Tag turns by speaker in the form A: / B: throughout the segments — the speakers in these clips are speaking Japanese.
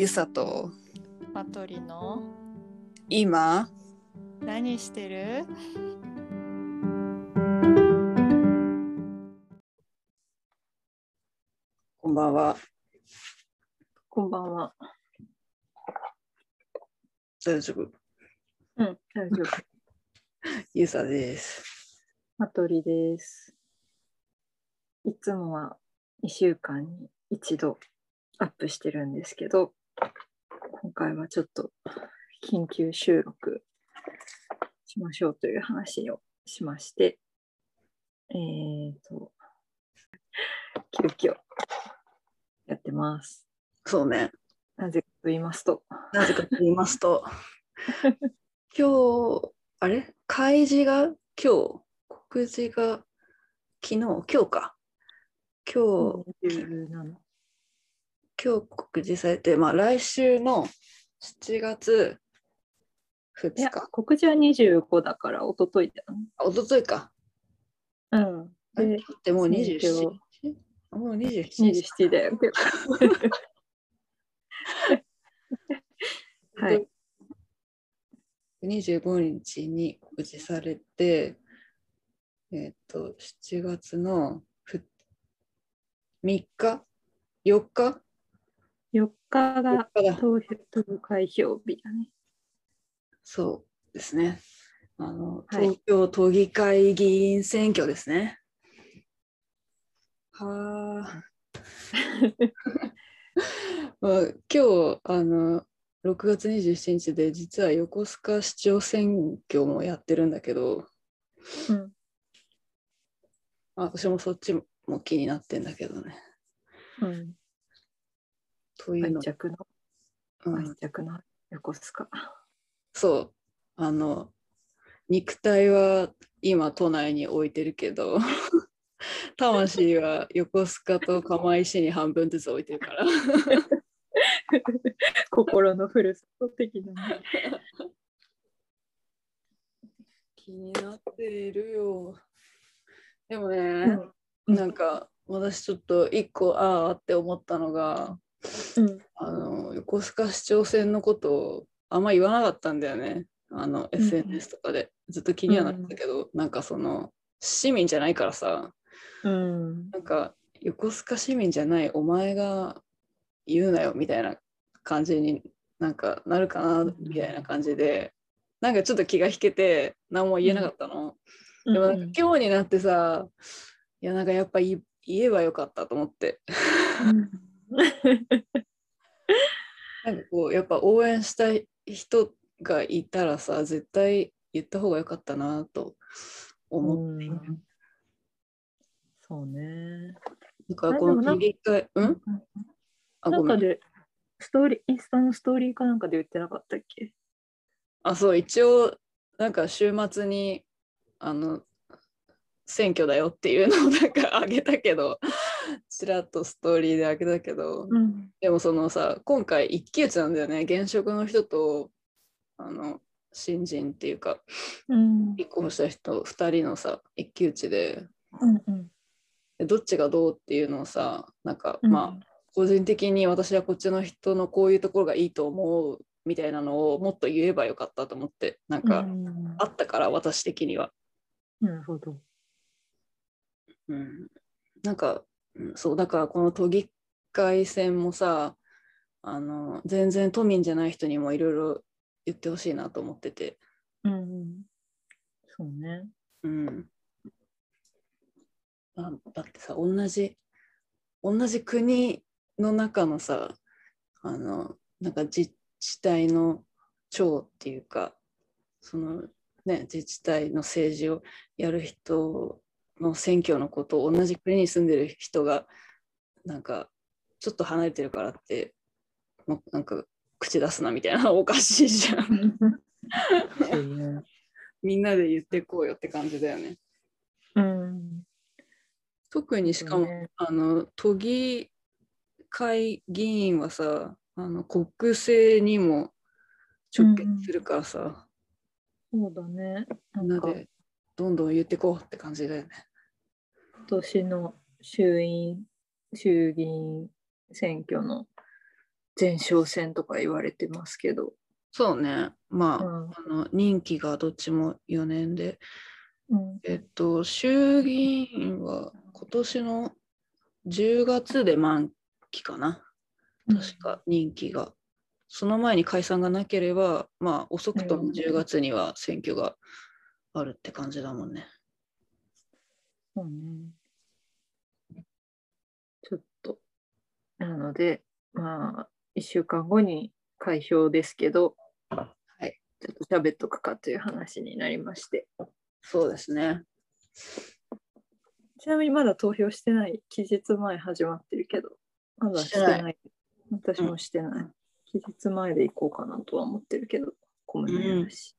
A: ゆさと
B: マトリの
A: 今
B: 何してる？
A: こんばんは。
C: こんばんは。
A: 大丈夫？
C: うん、大丈夫。
A: ゆさです。
C: マトリです。いつもは2週間に一度アップしてるんですけど、今回はちょっと緊急収録しましょうという話をしまして、急遽やってます。
A: そうね。
C: なぜかと言いますと、
A: 今日、開示が今日、告示が昨日か。今日告示されて、来週の7月2日。
C: いや、告示は25だから一昨日だよね。
A: 一昨日か。
C: うん。
A: でもう27日？もう27日。
C: 27だよ。はい。
A: 25日に告示されて、7月の3日 ?4 日
C: 4日が投開票日だね。
A: そうですね。東京都議会議員選挙ですね。はあ。今日6月27日で実は横須賀市長選挙もやってるんだけど、
C: うん、
A: 私もそっちも気になってんだけどね。
C: うん。
A: というの、
C: 愛着の横須賀。
A: そう。肉体は今都内に置いてるけど魂は横須賀と釜石に半分ずつ置いてるから
C: 心のふるさと的なね。
A: 気になっているよ。でもね、なんか私ちょっと一個って思ったのが、横須賀市長選のことをあんま言わなかったんだよね。SNS とかでずっと気にはなったけど、なんかその市民じゃないからさ、なんか横須賀市民じゃないお前が言うなよみたいな感じになんかなるかなみたいな感じで、なんかちょっと気が引けて何も言えなかったの。でもなんか今日になってさ、いやなんかやっぱ言えばよかったと思ってなんかこうやっぱ応援したい人がいたらさ、絶対言った方がよかったなと思っている。
C: そうね。
A: だからこの都議会、
C: なんかでインスタのストーリーかなんかで言ってなかったっけ？
A: そう、一応なんか週末に選挙だよっていうのをなんかあげたけどちらっとストーリーであげたけど、でもそのさ、今回一騎打ちなんだよね。現職の人と新人っていうか、立候補した人2人のさ一騎打ちで、どっちがどうっていうのをさ、なんか個人的に私はこっちの人のこういうところがいいと思うみたいなのをもっと言えばよかったと思って、なんかあったから私的には。
C: なるほど。
A: なんかそうだからこの都議会選もさ、全然都民じゃない人にもいろいろ言ってほしいなと思ってて。
C: そうね。
A: だってさ、同じ国の中のさ、なんか自治体の長っていうか、そのね、自治体の政治をやる人の選挙のことを同じ国に住んでる人がなんかちょっと離れてるからってもうなんか口出すなみたいなおかしいじゃんみんなで言ってこうよって感じだよね。特にしかも、都議会議員はさ、国政にも直結するからさ、
C: そうだね。
A: みんなでどんどん言ってこうって感じだよね。
C: 今年の衆議院選挙の前哨戦とか言われてますけど。
A: そうね。まあ、任期がどっちも4年で。衆議院は今年の10月で満期かな。確か任期が。その前に解散がなければ、まあ遅くとも10月には選挙があるって感じだもんね。
C: そうね。ちょっと、なので、まあ、1週間後に開票ですけど、
A: はい、
C: ちょっと喋っとくかという話になりまして。
A: そうですね。
C: ちなみにまだ投票してない。期日前始まってるけど、まだしてない。私もしてない。期日前で行こうかなとは思ってるけど、混むの嫌だし。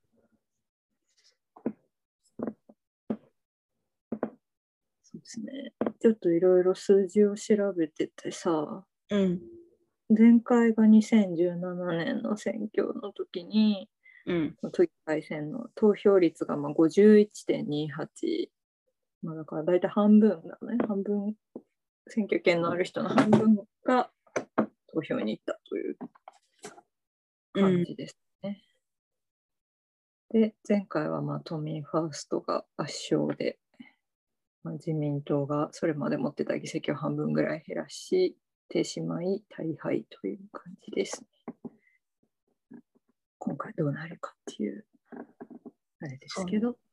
C: そうですね。ちょっといろいろ数字を調べててさ、前回が2017年の選挙の時に、都議会選の投票率が51.28、まあ、だから大体半分だね。半分、選挙権のある人の半分が投票に行ったという感じですね。で、前回は都民ファーストが圧勝で、自民党がそれまで持ってた議席を半分ぐらい減らし、てしまい大敗という感じですね。今回どうなるかっていう、あれですけど。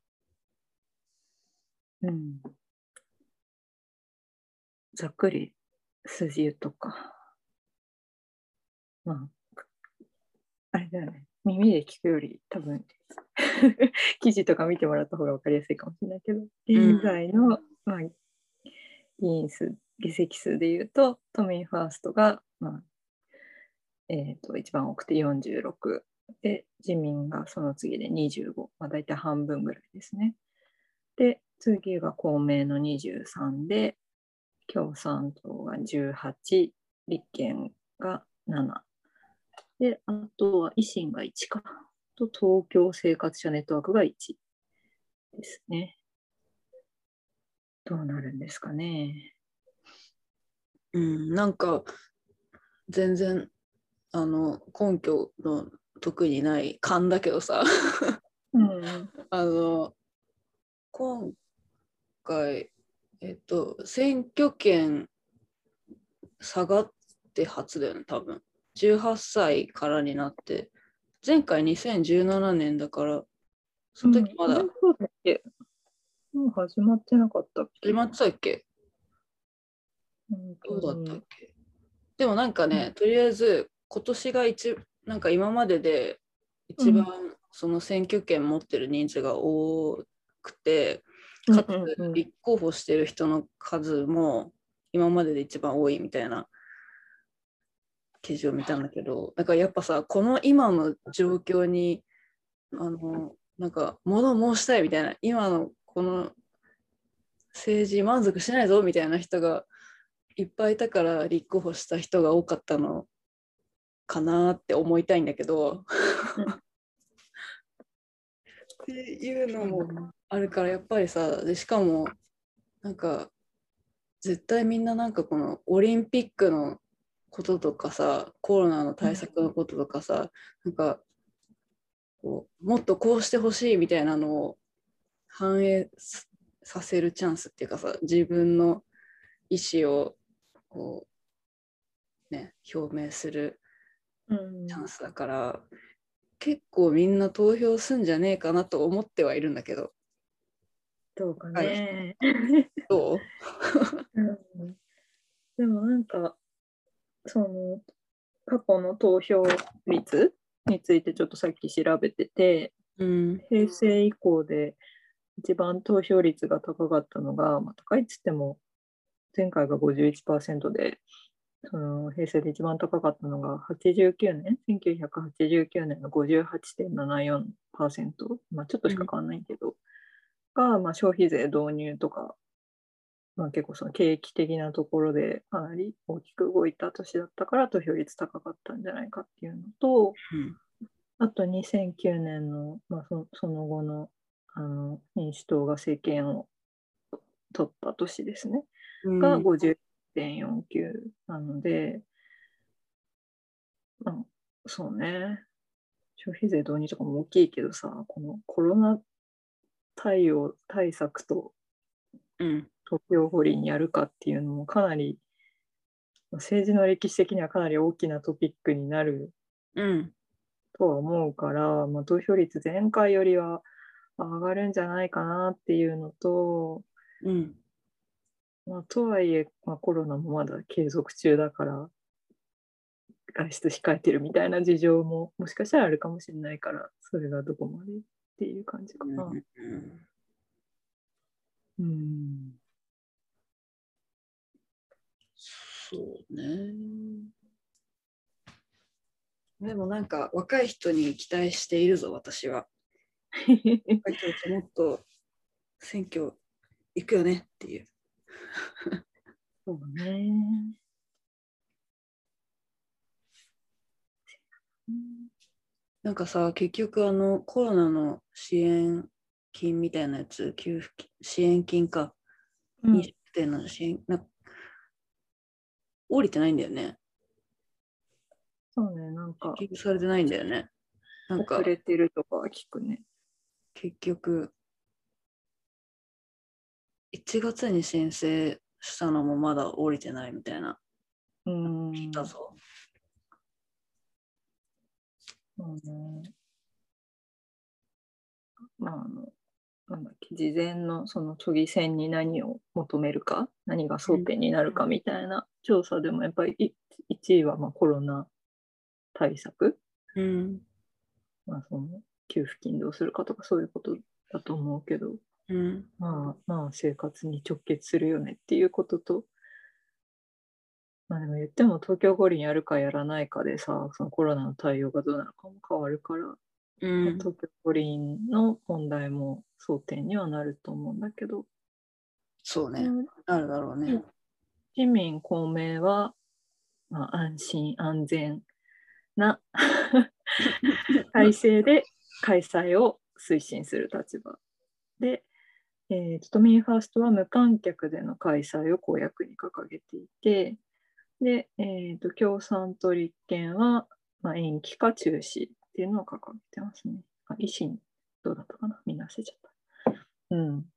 C: ざっくり数字言うとか。まあ、あれだよね。耳で聞くより多分記事とか見てもらった方が分かりやすいかもしれないけど、現在の、議席数でいうと、都民ファーストが、一番多くて46で、自民がその次で25、大体半分ぐらいですね。で、次が公明の23で、共産党が18、立憲が7。で、あとは維新が1か。と、東京生活者ネットワークが1ですね。どうなるんですかね。
A: なんか、全然、根拠の特にない勘だけどさ、今回、選挙権下がって初だよね、多分。18歳からになって、前回2017年だから、その時まだ。
C: そうだっけ？もう始まってなかったっけ？
A: 始まってたっけ？どうだったっけ？でもなんかね、とりあえず今年がなんか今までで一番その選挙権持ってる人数が多くて、かつ立候補してる人の数も今までで一番多いみたいな記事を見たんだけど、だからやっぱさ、この今の状況になんか物申したいみたいな、今のこの政治満足しないぞみたいな人がいっぱいいたから立候補した人が多かったのかなって思いたいんだけどっていうのもあるから、やっぱりさ、でしかもなんか絶対みんななんかこのオリンピックのこととかさ、コロナの対策のこととかさ、なんかこうもっとこうしてほしいみたいなのを反映させるチャンスっていうかさ、自分の意思をこうね表明するチャンスだから、結構みんな投票すんじゃねえかなと思ってはいるんだけど。
C: どうかね。
A: どう？
C: でもなんか、その過去の投票率についてちょっとさっき調べてて、平成以降で一番投票率が高かったのが、高いっつっても前回が 51% で、その平成で一番高かったのが89年、1989年の 58.74%、ちょっとしか変わんないけど、が、消費税導入とか、結構その景気的なところでかなり大きく動いた年だったから投票率高かったんじゃないかっていうのと、あと2009年の、その後の、民主党が政権を取った年ですね、が50.49なので、 まあ、そうね。消費税導入とかも大きいけどさ、このコロナ対策と東京五輪やるかっていうのもかなり、政治の歴史的にはかなり大きなトピックになるとは思うから、投票率前回よりは上がるんじゃないかなっていうのと、とはいえ、コロナもまだ継続中だから外出控えてるみたいな事情ももしかしたらあるかもしれないから、それがどこまでっていう感じかな。
A: そうね。でもなんか若い人に期待しているぞ、私は。若い人たちもっと選挙行くよねっていう。
C: そうね。
A: なんかさ、結局コロナの支援金みたいなやつ、給付金、支援金か、飲食店の支援、降りてないんだよね。
C: そうね、なんか。
A: 支給されてないんだよね。なんか
C: 遅れてるとかは聞くね。
A: 結局、1月に申請したのもまだ降りてないみたいな。聞いたぞ。なんだっけ、事前のその都議選に何を求めるか、何が争点になるかみたいな調査でもやっぱり1位はコロナ対策、その給付金どうするかとかそういうことだと思うけど、生活に直結するよねっていうことと、でも言っても東京五輪やるかやらないかでさ、そのコロナの対応がどうなるかも変わるから、東京五輪の問題も争点にはなると思うんだけど。 そうね、なるだろうね。
C: 自民公明は、安心安全な体制で開催を推進する立場で、都民ファーストは無観客での開催を公約に掲げていて、で、共産と立憲は、延期か中止っていうのを掲げてますね。維新どうだったかな、みんな忘れちゃった。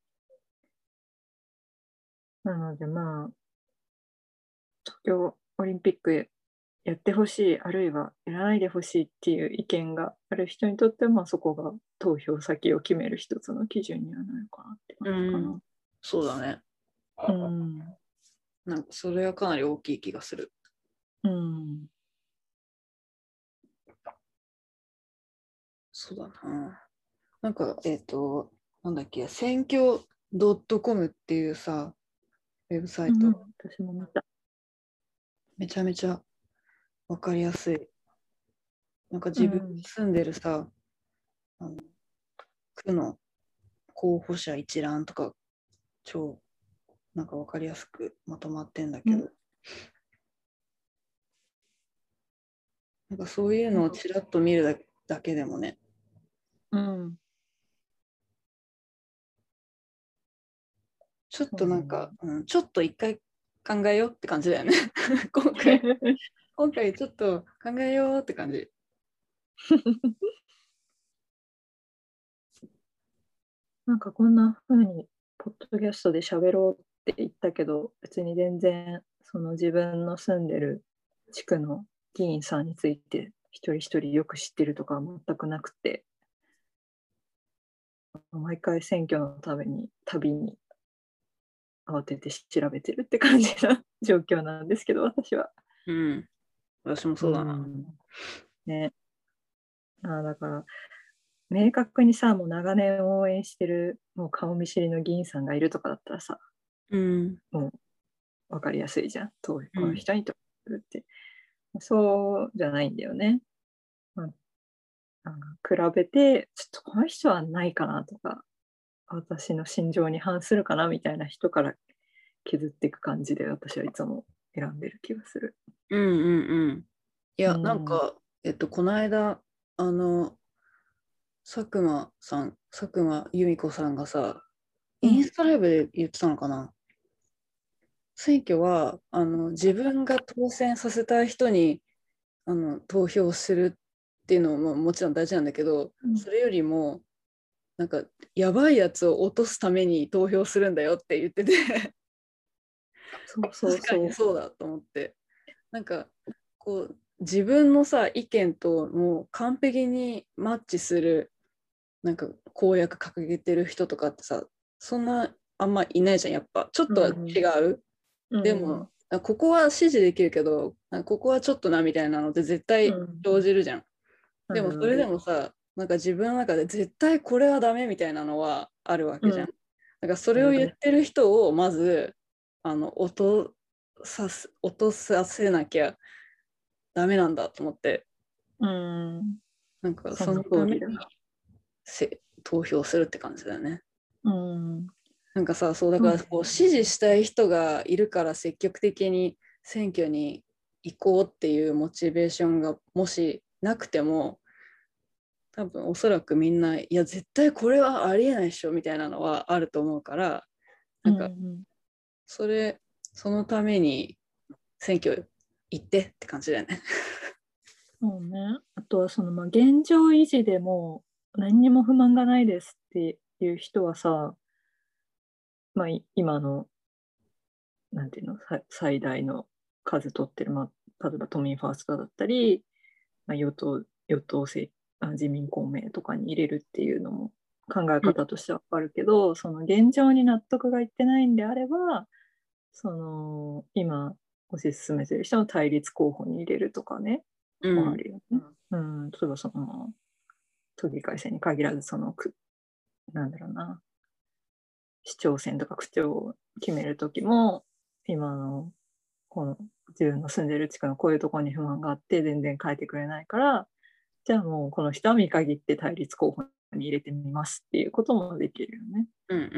C: なので東京オリンピックやってほしい、あるいはやらないでほしいっていう意見がある人にとっては、そこが投票先を決める一つの基準にはなるかなって感じかな。
A: そうだね。なんかそれはかなり大きい気がする。そうだな。なんか、なんだっけ、選挙 .com っていうさ、ウェブサイト。
C: 私も見た。
A: めちゃめちゃわかりやすい。なんか自分住んでるさ、区の候補者一覧とか、超なんかわかりやすくまとまってんだけど、なんかそういうのをちらっと見るだけでもね、ちょっとなんか、ちょっと一回考えようって感じだよね。今回ちょっと考えようって感じ。
C: なんかこんな風にポッドキャストで喋ろうって言ったけど、別に全然その自分の住んでる地区の議員さんについて一人一人よく知ってるとかは全くなくて、毎回選挙のために旅に慌てて調べてるって感じな状況なんですけど、私は。
A: 私もそうだな。
C: ね。だから明確にさ、もう長年応援してるもう顔見知りの議員さんがいるとかだったらさ、もう分かりやすいじゃん、この人にとるって、そうじゃないんだよね。比べてちょっとこの人はないかなとか、私の心情に反するかなみたいな人から削っていく感じで、私はいつも選んでる気がする。
A: いや、なんかこの間佐久間由美子さんがさ、インスタライブで言ってたのかな。選挙は自分が当選させたい人に投票するっていうのももちろん大事なんだけど、それよりもなんかやばいやつを落とすために投票するんだよって言ってて確かにそうだと思って、なんかこう自分のさ意見ともう完璧にマッチするなんか公約掲げてる人とかってさ、そんなあんまいないじゃん。やっぱちょっとは違う、でもここは支持できるけどここはちょっとなみたいなのって絶対生じるじゃん。でもそれでもさ、なんか自分の中で絶対これはダメみたいなのはあるわけじゃん。だからそれを言ってる人をまず落とさせなきゃダメなんだと思って、なんかそのために投票するって感じだよね。なんかさ、そうだからこう支持したい人がいるから積極的に選挙に行こうっていうモチベーションがもしなくても、多分おそらくみんないや絶対これはありえないでしょみたいなのはあると思うから、なんかそのために選挙行ってって感じだよね。
C: そうね。あとは現状維持でも何にも不満がないですっていう人はさ、今のなんていうの最大の数取ってる、例えば都民ファーストだったり、与党自民公明とかに入れるっていうのも考え方としてはあるけど、その現状に納得がいってないんであれば、今推し進めてる人の対立候補に入れるとかね、もあるよね。例えば都議会選に限らずなんだろうな、市長選とか区長を決めるときも、今のこの自分の住んでる地区のこういうところに不満があって全然変えてくれないから、じゃあもうこの人は見限って対立候補に入れてみますっていうこともできるよね。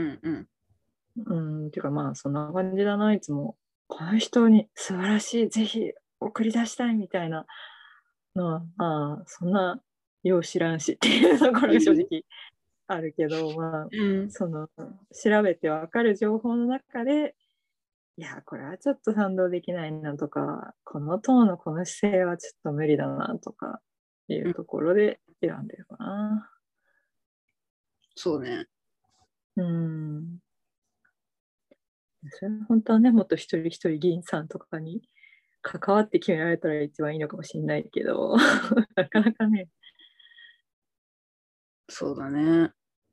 C: っていうかそんな感じだな。いつもこの人に素晴らしいぜひ送り出したいみたいなのはそんなよう知らんしっていうところが正直あるけど、調べて分かる情報の中で、いやこれはちょっと賛同できないなとか、この党のこの姿勢はちょっと無理だなとかいうところで選んでるかな。
A: そうね。
C: それは本当はね、もっと一人一人議員さんとかに関わって決められたら一番いいのかもしれないけどなかなかね。
A: そうだね。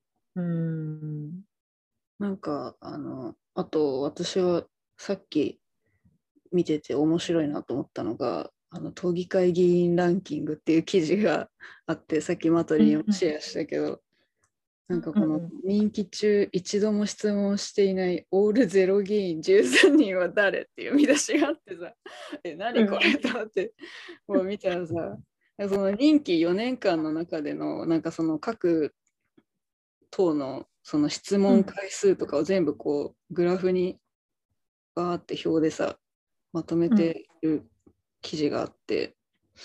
C: なん
A: かあと私はさっき見てて面白いなと思ったのが、都議会議員ランキングっていう記事があって、さっきマトリにもシェアしたけど、なんかこの任期中一度も質問していないオールゼロ議員13人は誰っていう見出しがあってさ、何これと思ってもう見たらさ、その任期4年間の中でのなんかその各党のその質問回数とかを全部こうグラフにバーって表でさまとめている記事があって、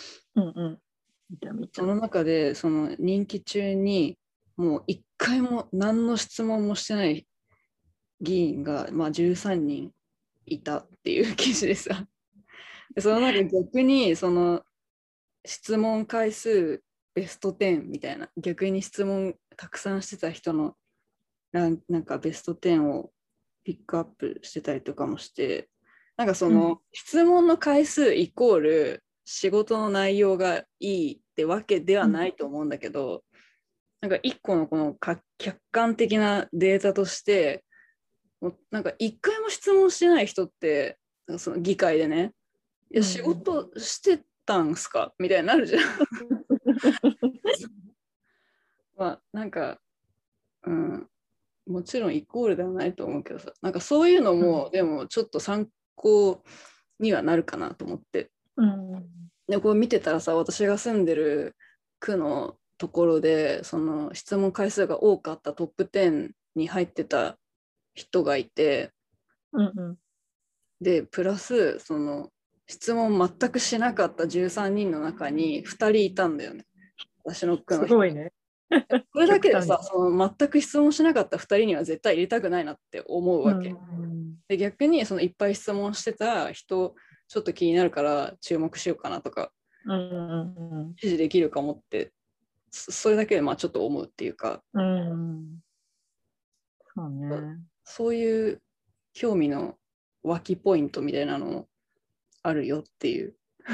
A: その中でその任期中にもう一回も何の質問もしてない議員が、13人いたっていう記事でさ、でその中逆にその質問回数ベスト10みたいな、逆に質問たくさんしてた人のなんかベスト10をピックアップしてたりとかもして、なんかその質問の回数イコール仕事の内容がいいってわけではないと思うんだけど、なんか一個のこの客観的なデータとして、なんか一回も質問してない人ってその議会でね、いや仕事してたんすかみたいになるじゃんなんかもちろんイコールではないと思うけどさ、なんかそういうのも、でもちょっと参考にはなるかなと思って、でこう見てたらさ、私が住んでる区のところでその質問回数が多かったトップ10に入ってた人がいて、でプラスその質問全くしなかった13人の中に2人いたんだよね、私の区の人。
C: すごいね。
A: これだけでさ、その全く質問しなかった2人には絶対入れたくないなって思うわけ。で逆にそのいっぱい質問してた人ちょっと気になるから注目しようかなとか支持できるかもってそれだけでまあちょっと思うっていうか、
C: そうね。
A: そういう興味の湧きポイントみたいなのあるよっていう。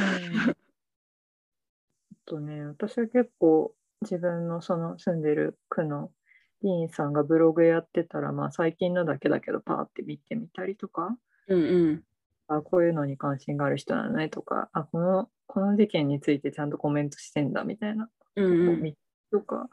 C: 私は結構自分のその住んでる区の議員さんがブログやってたら、まあ最近のだけだけどパーって見てみたりとか、こういうのに関心がある人なのねとか、この事件についてちゃんとコメントしてんだみたいなとこ見とか、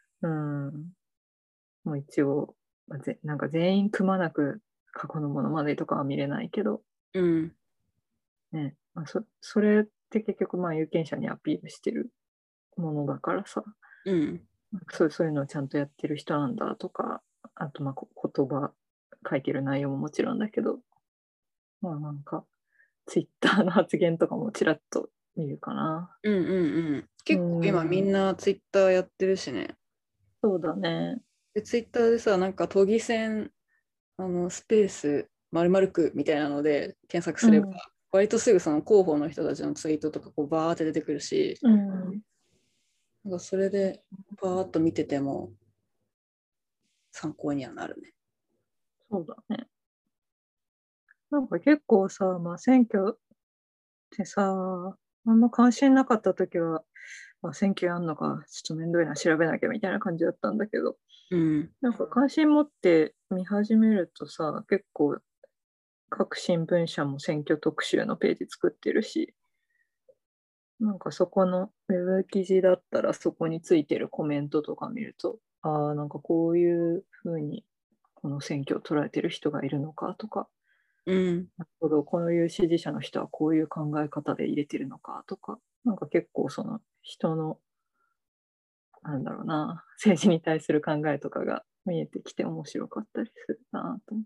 C: もう一応、なんか全員くまなく過去のものまでとかは見れないけど、ね、それって結局まあ有権者にアピールしてるものだからさ、そういうのをちゃんとやってる人なんだとか、あとまあ言葉書いてる内容ももちろんだけど、まあなんかツイッターの発言とかもちらっと見るかな。
A: 結構今みんなツイッターやってるしね。
C: そうだね。
A: でツイッターでさ、なんか都議選スペース〇〇区みたいなので検索すれば、割とすぐその候補の人たちのツイートとかこうバーって出てくるし、なんかそれでバーっと見てても参考にはなるね。
C: そうだね。なんか結構さ、まあ、選挙ってさ、あんま関心なかった時は、選挙やんのか、ちょっとめんどいな、調べなきゃみたいな感じだったんだけど、なんか関心持って見始めるとさ、結構各新聞社も選挙特集のページ作ってるし、なんかそこのウェブ記事だったらそこについてるコメントとか見ると、なんかこういうふうにこの選挙を捉えてる人がいるのかとか、なるほど、こういう支持者の人はこういう考え方で入れてるのかとか、なんか結構その人の、なんだろうな、政治に対する考えとかが見えてきて面白かったりするなと思って。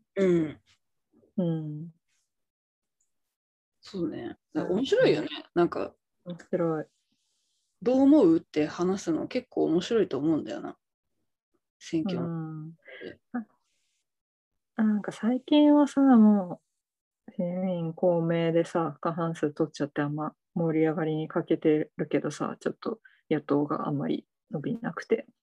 A: そうね。面白いよね。なんか、
C: 面白い。
A: どう思うって話すの結構面白いと思うんだよな。選挙の。
C: なんか最近はさ、もう、自民公明でさ、過半数取っちゃってあんま盛り上がりに欠けてるけどさ、ちょっと野党があんまり伸びなくて、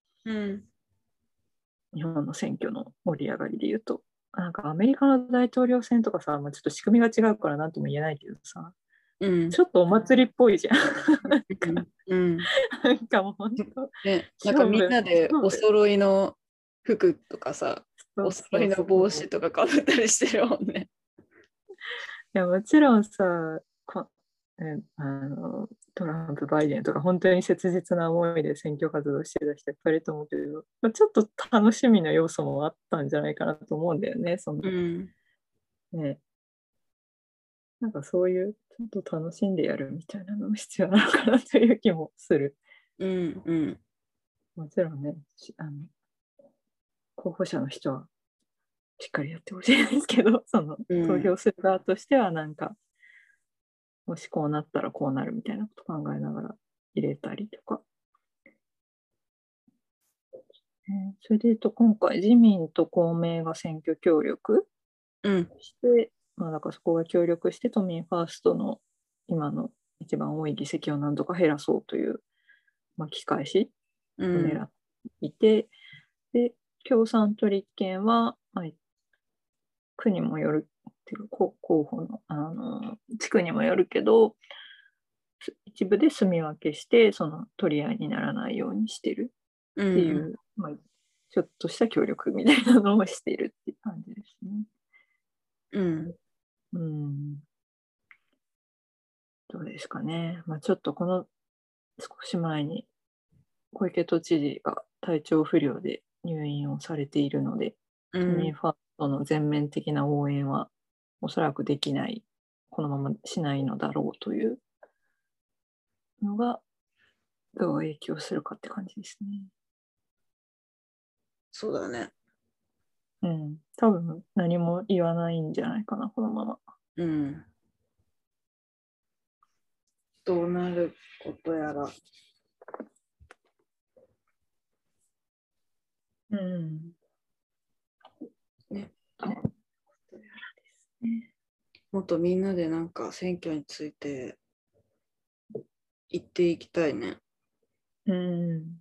C: 日本の選挙の盛り上がりで言うと、なんかアメリカの大統領選とかさ、ちょっと仕組みが違うから何とも言えないけどさ、ちょっとお祭りっぽいじゃん。なんかもう本当、
A: なんかみんなでお揃いの服とかさ、お揃いの帽子とかかぶったりしてるもんね。
C: いや、もちろんさ、トランプ、バイデンとか本当に切実な思いで選挙活動してた人いっぱいいると思うけど、ちょっと楽しみの要素もあったんじゃないかなと思うんだよね。ね、なんかそういうちょっと楽しんでやるみたいなのも必要なのかなという気もする。もちろんね、候補者の人はしっかりやってほしいですけど、その投票する側としてはなんか、もしこうなったらこうなるみたいなこと考えながら入れたりとか。それで言うと今回自民と公明が選挙協力して、だからそこが協力して都民ファーストの今の一番多い議席を何とか減らそうという、巻き返しを狙っていて、で共産と立憲は、区にもよるっていう候補の、地区にもよるけど、一部で住み分けしてその取り合いにならないようにしてるっていう、ちょっとした協力みたいなのをしているっていう感じですね。どうですかね。ちょっとこの少し前に小池都知事が体調不良で入院をされているので、都民ファーストの全面的な応援はおそらくできない、このまましないのだろうというのがどう影響するかって感じですね。
A: そうだね。
C: 多分何も言わないんじゃないかな、このまま。
A: どうなることやら。もっとみんなでなんか選挙について言っていきたいね。
C: うん。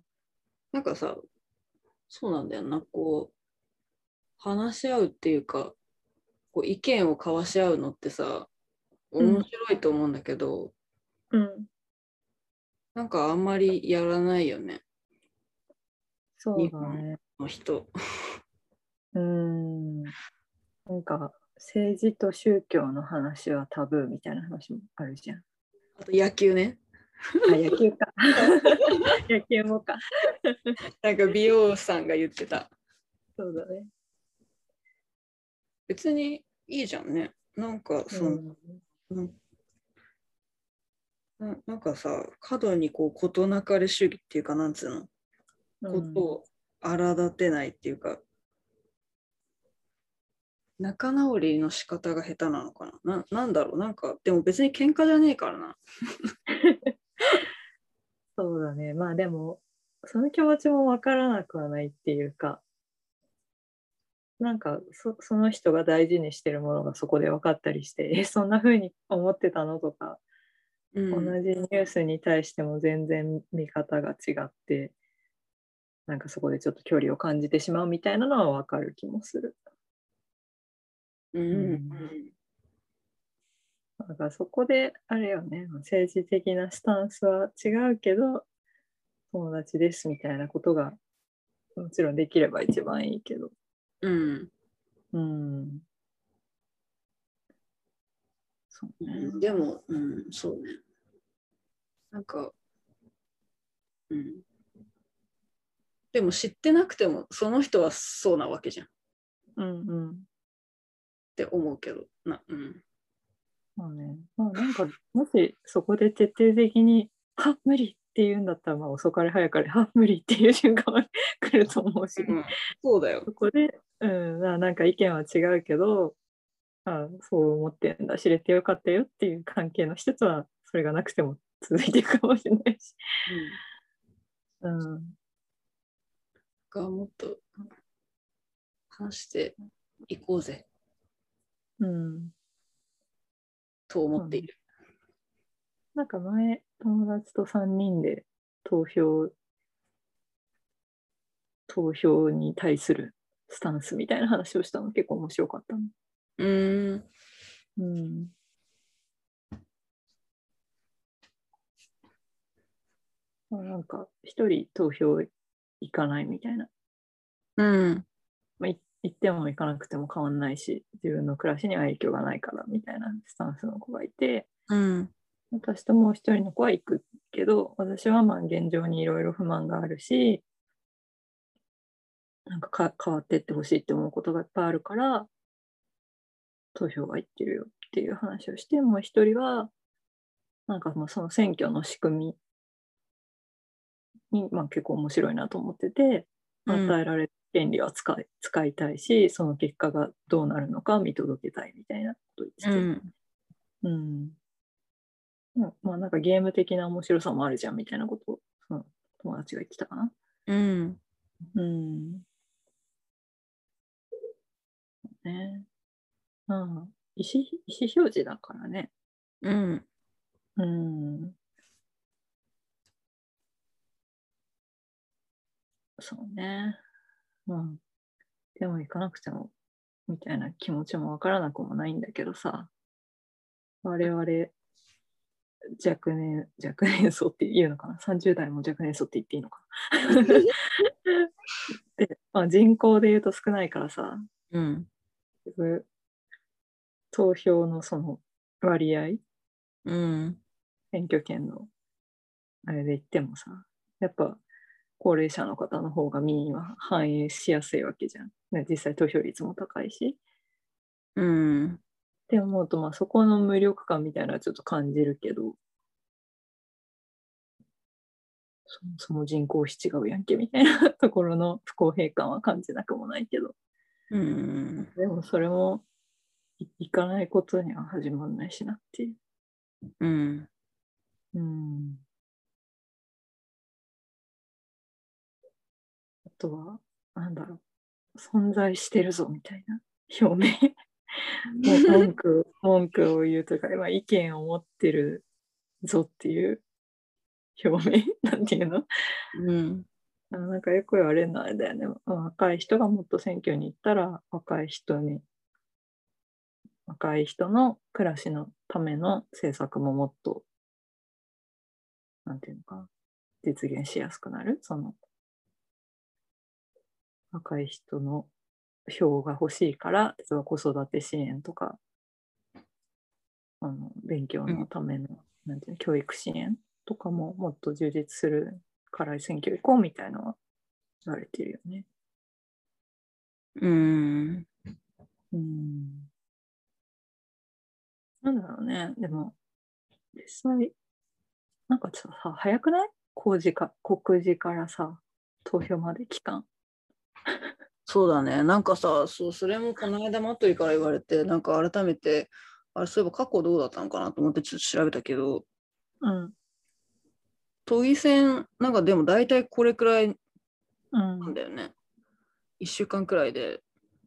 A: なんかさ、そうなんだよな、こう、話し合うっていうか、こう意見を交わし合うのってさ、面白いと思うんだけど、
C: うん。
A: なんかあんまりやらないよね、
C: そう
A: 日本
C: だね。
A: の人。
C: うん。なんか政治と宗教の話はタブーみたいな話もあるじゃん。
A: あと野球ね。
C: あ、野球か。野球もか。
A: なんか美容師さんが言ってた。
C: そうだね。
A: 別にいいじゃんね。なんかその、なんかさ、過度にこう事なかれ主義っていうか、なんつうの、ことを荒立てないっていうか、仲直りの仕方が下手なのかな。なんだろう、なんか、でも別に喧嘩じゃねえからな。
C: そうだね。まあでも、その気持ちもわからなくはないっていうか、なんかその人が大事にしてるものがそこで分かったりして、そんな風に思ってたのとか、同じニュースに対しても全然見方が違って、なんかそこでちょっと距離を感じてしまうみたいなのは分かる気もする。だからそこであれよね、政治的なスタンスは違うけど、友達ですみたいなことがもちろんできれば一番いいけど。
A: うん。
C: うん。そうね。
A: でも、そうね。なんか、うん。でも知ってなくても、その人はそうなわけじゃん。っ
C: うんうん。
A: て思うけど、
C: まあね。まあなんか、もしそこで徹底的に、無理って言うんだったら、まあ遅かれ早かれ、無理っていう瞬間は来ると思うし、
A: そうだよ。
C: そこで、なんか意見は違うけど、そう思ってんだ、知れてよかったよっていう関係の一つは、それがなくても続いていくかもしれないし。うん。
A: もっと話していこうぜ
C: うん。
A: と思っている。
C: なんか前、友達と3人で投票に対するスタンスみたいな話をしたの結構面白かったの。うん。なんか、一人投票行かないみたいな。行っても行かなくても変わんないし、自分の暮らしには影響がないからみたいなスタンスの子がいて、私ともう一人の子は行くけど、私はまあ現状にいろいろ不満があるし、なんか変わってってほしいって思うことがいっぱいあるから、投票が行ってるよっていう話をして、もう一人は、なんかもうその選挙の仕組みに、まあ、結構面白いなと思ってて、与えられる権利は使いたいし、その結果がどうなるのか見届けたいみたいなことを言ってて。まあなんかゲーム的な面白さもあるじゃんみたいなことを、その友達が言ってたかな。ね。意思表示だからね。そうね。でも行かなくてもみたいな気持ちもわからなくもないんだけどさ、我々若年層って言うのかな、30代も若年層って言っていいのかなで、人口で言うと少ないからさ、投票のその割合、選挙権のあれで言ってもさ、やっぱ高齢者の方の方が民意は反映しやすいわけじゃん。ね、実際投票率も高いし。って思うと、そこの無力感みたいなのはちょっと感じるけど、その人口比違うやんけみたいなところの不公平感は感じなくもないけど、でもそれもいかないことには始まんないしなっていう。あとは、なんだろう、存在してるぞみたいな表明文句を言うとか、意見を持ってるぞっていう表明なんていうの、
A: うん、
C: なんかよく言われるのはあれだよね。若い人がもっと選挙に行ったら、若い人の暮らしのための政策ももっと、なんていうのかな、実現しやすくなる。その若い人の票が欲しいから、例えば子育て支援とか、勉強のための、なんていうの、教育支援とかももっと充実するから選挙行こうみたいなのは言われてるよね。なんだろうね。でも、実際、なんかさ、早くない？告示からさ、投票まで期間。
A: そうだね。なんかさ、それもこの間マットリから言われて、なんか改めて、あれ、そういえば過去どうだったのかなと思ってちょっと調べたけど、
C: うん。
A: 都議選、なんかでも大体これくらいなんだよね。1週間くらいで、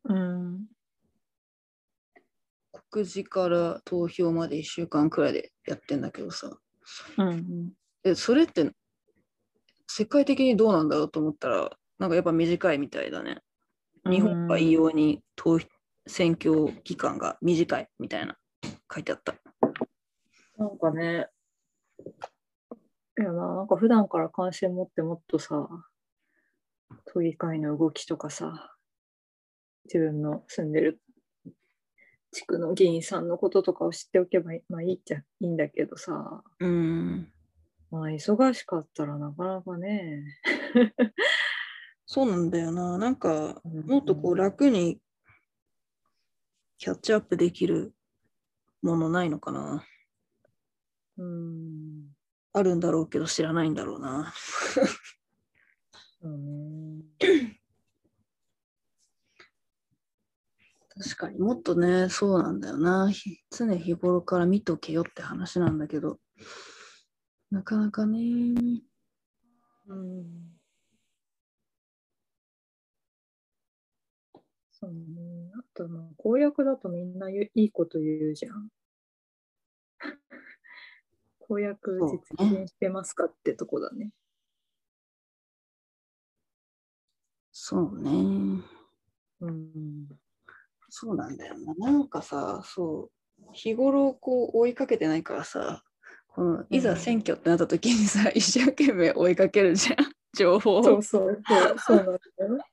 A: 告示から投票まで1週間くらいでやってんだけどさ。それって世界的にどうなんだろうと思ったら、なんかやっぱ短いみたいだね。日本が異様に選挙期間が短いみたいな書いてあった。
C: なんかね、いやなんか普段から関心持ってもっとさ、都議会の動きとかさ、自分の住んでる地区の議員さんのこととかを知っておけばいいっちゃいいんだけどさ、忙しかったらなかなかね。
A: そうなんだよな。なんか、もっとこう楽にキャッチアップできるものないのかな。あるんだろうけど知らないんだろうな。確かにもっとね、そうなんだよな。常日頃から見とけよって話なんだけど、なかなかね。
C: そうね。あと公約だとみんないいこと言うじゃん。公約実現してますかってとこだね。
A: そうね。そうなんだよな。なんかさ、日頃こう追いかけてないからさ、このいざ選挙ってなった時にさ、一生懸命追いかけるじゃん、情報を。
C: そうなんだよ。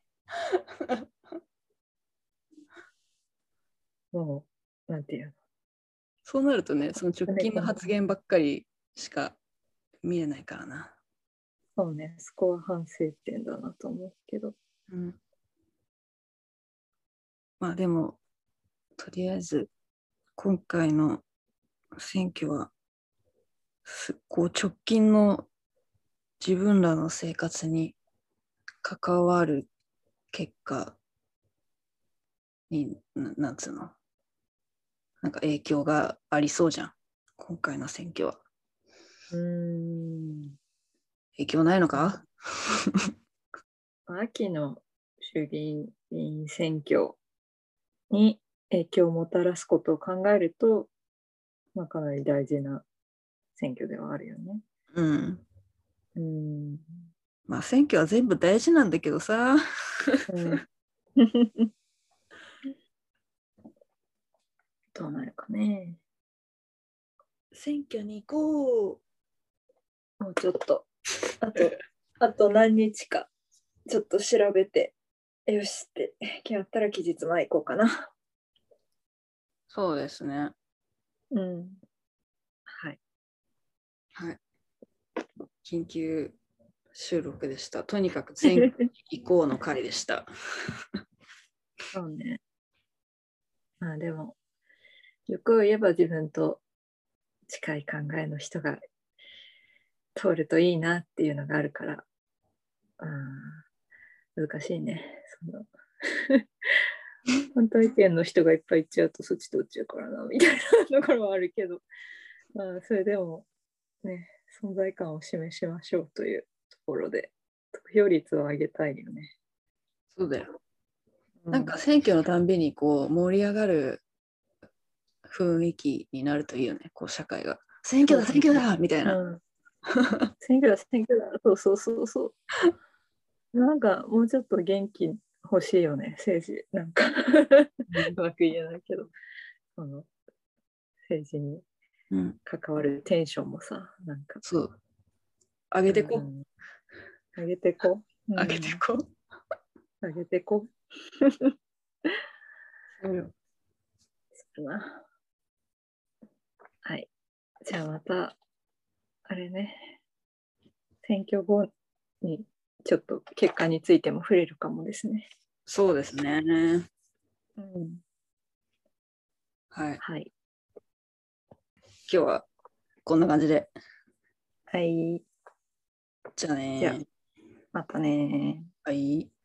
C: もう、なんていうの。
A: そうなるとね、その直近の発言ばっかりしか見れないからな。
C: そうね、そこは反省点だなと思うけど。
A: まあでも、とりあえず、今回の選挙は、こう直近の自分らの生活に関わる結果に、なんつうの、なんか影響がありそうじゃん、今回の選挙は。影響ないのか？
C: 秋の衆議院選挙に影響をもたらすことを考えると、かなり大事な選挙ではあるよね。
A: まあ選挙は全部大事なんだけどさ。
C: どうなるかね。
A: 選挙に行こ
C: う。もうちょっと。あと何日か。ちょっと調べて。よしって。決まったら期日前行こうかな。
A: そうですね。
C: はい。
A: はい。緊急収録でした。とにかく選挙に行こうの回でした。
C: そうね。でも、よく言えば自分と近い考えの人が通るといいなっていうのがあるから、難しいね。反対意見の人がいっぱい言っちゃうとそっち通っちゃうからなみたいなところはあるけど、それでもね、存在感を示しましょうというところで得票率を上げたいよね。
A: そうだよ。なんか選挙のたんびにこう盛り上がる雰囲気になるといいよね、こう社会が。選挙だみたいな。
C: 選挙だ、選挙だ。そうそうそうそう。なんかもうちょっと元気欲しいよね、政治。なんかうまく言えないけど、その政治に関わるテンションもさ、なんか。
A: そう。上げてこ。
C: 上げてこ。
A: 上げてこ。
C: 上げてこ。
A: そうよ。
C: な。はい。じゃあまた、あれね、選挙後にちょっと結果についても触れるかもですね。
A: そうですね。
C: うん。
A: はい。
C: はい。
A: 今日はこんな感じで。
C: はい。
A: じゃあね。
C: じゃあ、またね。
A: はい。